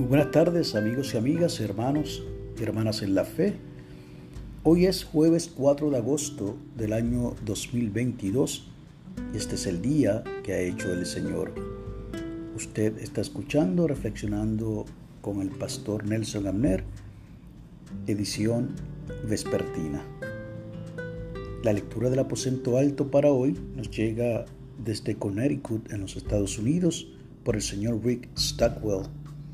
Muy buenas tardes, amigos y amigas, hermanos y hermanas en la fe. Hoy es jueves 4 de agosto del año 2022 y este es el día que ha hecho el Señor. Usted está escuchando, reflexionando con el pastor Nelson Abner, edición vespertina. La lectura del aposento alto para hoy nos llega desde Connecticut, en los Estados Unidos, por el señor Rick Stockwell,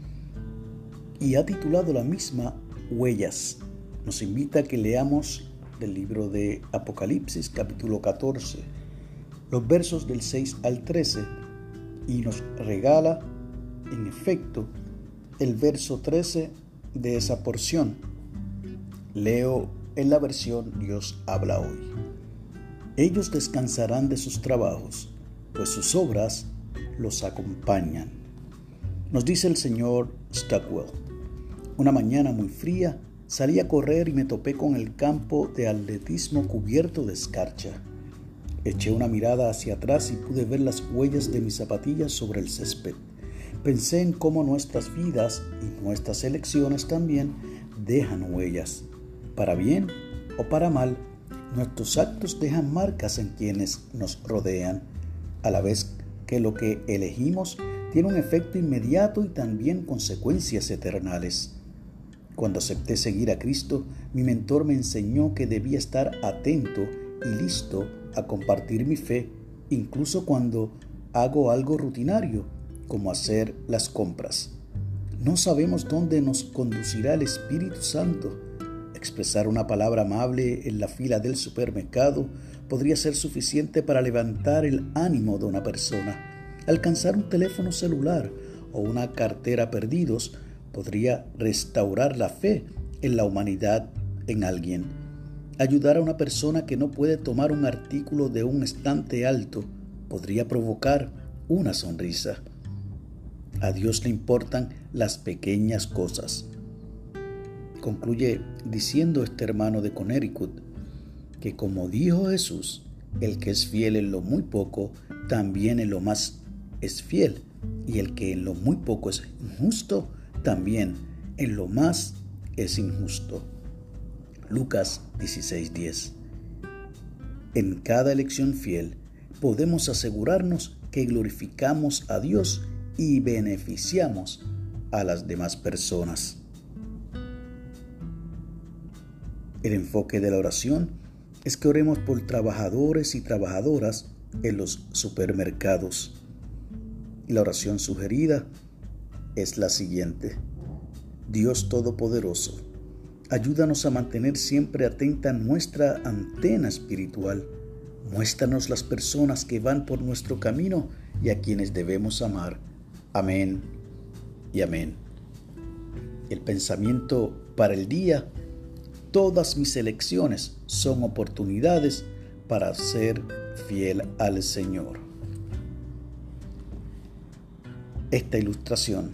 y ha titulado la misma Huellas. Nos invita a que leamos del libro de Apocalipsis, capítulo 14, los versos del 6 al 13, y nos regala, en efecto, el verso 13 de esa porción. Leo en la versión Dios habla hoy. Ellos descansarán de sus trabajos, pues sus obras los acompañan. Nos dice el señor Stockwell: una mañana muy fría salí a correr y me topé con el campo de atletismo cubierto de escarcha. Eché una mirada hacia atrás y pude ver las huellas de mis zapatillas sobre el césped. Pensé en cómo nuestras vidas y nuestras elecciones también dejan huellas. Para bien o para mal, nuestros actos dejan marcas en quienes nos rodean, a la vez que lo que elegimos tiene un efecto inmediato y también consecuencias eternales. Cuando acepté seguir a Cristo, mi mentor me enseñó que debía estar atento y listo a compartir mi fe, incluso cuando hago algo rutinario, como hacer las compras. No sabemos dónde nos conducirá el Espíritu Santo. Expresar una palabra amable en la fila del supermercado podría ser suficiente para levantar el ánimo de una persona. Alcanzar un teléfono celular o una cartera perdidos podría restaurar la fe en la humanidad en alguien. Ayudar a una persona que no puede tomar un artículo de un estante alto podría provocar una sonrisa. A Dios le importan las pequeñas cosas. Concluye diciendo este hermano de Connecticut que, como dijo Jesús, el que es fiel en lo muy poco, también en lo más es fiel, y el que en lo muy poco es injusto, también en lo más es injusto. Lucas 16:10. En cada elección fiel podemos asegurarnos que glorificamos a Dios y beneficiamos a las demás personas. El enfoque de la oración es que oremos por trabajadores y trabajadoras en los supermercados. Y la oración sugerida es la siguiente: Dios Todopoderoso, ayúdanos a mantener siempre atenta nuestra antena espiritual. Muéstranos las personas que van por nuestro camino y a quienes debemos amar. Amén y amén. El pensamiento para el día: todas mis elecciones son oportunidades para ser fiel al Señor. Esta ilustración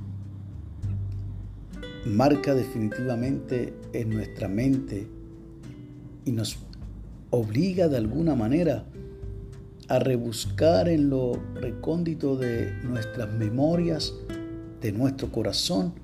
marca definitivamente en nuestra mente y nos obliga de alguna manera a rebuscar en lo recóndito de nuestras memorias, de nuestro corazón,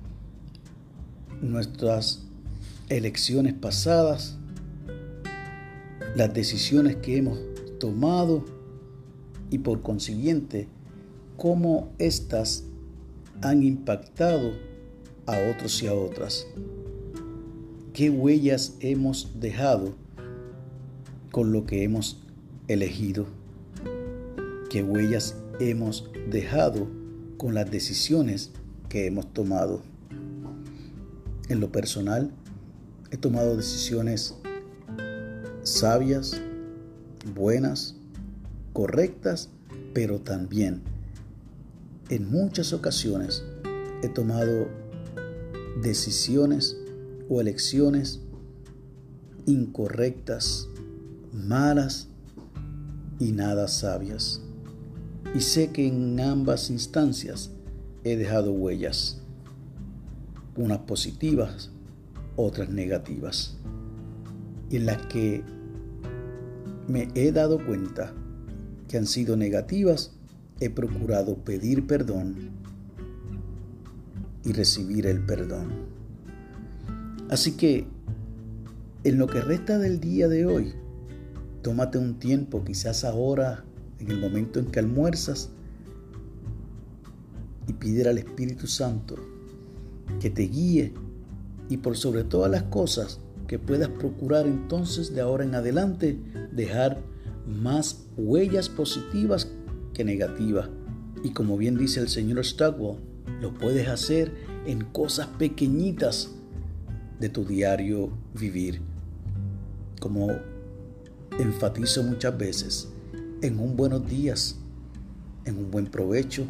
nuestras elecciones pasadas, las decisiones que hemos tomado y, por consiguiente, cómo éstas han impactado a otros y a otras. ¿Qué huellas hemos dejado con lo que hemos elegido? ¿Qué huellas hemos dejado con las decisiones que hemos tomado? En lo personal, he tomado decisiones sabias, buenas, correctas, pero también en muchas ocasiones he tomado decisiones o elecciones incorrectas, malas y nada sabias. Y sé que en ambas instancias he dejado huellas, unas positivas, otras negativas, y en las que me he dado cuenta que han sido negativas, he procurado pedir perdón y recibir el perdón. Así que, en lo que resta del día de hoy, tómate un tiempo, quizás ahora, en el momento en que almuerzas, y pídele al Espíritu Santo que te guíe y por sobre todas las cosas que puedas procurar entonces de ahora en adelante dejar más huellas positivas que negativas. Y como bien dice el señor Stockwell, lo puedes hacer en cosas pequeñitas de tu diario vivir. Como enfatizo muchas veces, en un buenos días, en un buen provecho,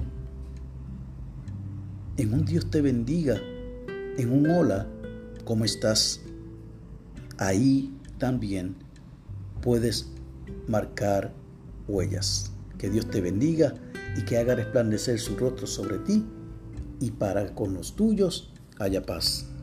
en un Dios te bendiga, en un hola, ¿cómo estás? Ahí también puedes marcar huellas. Que Dios te bendiga y que haga resplandecer su rostro sobre ti y para con los tuyos haya paz.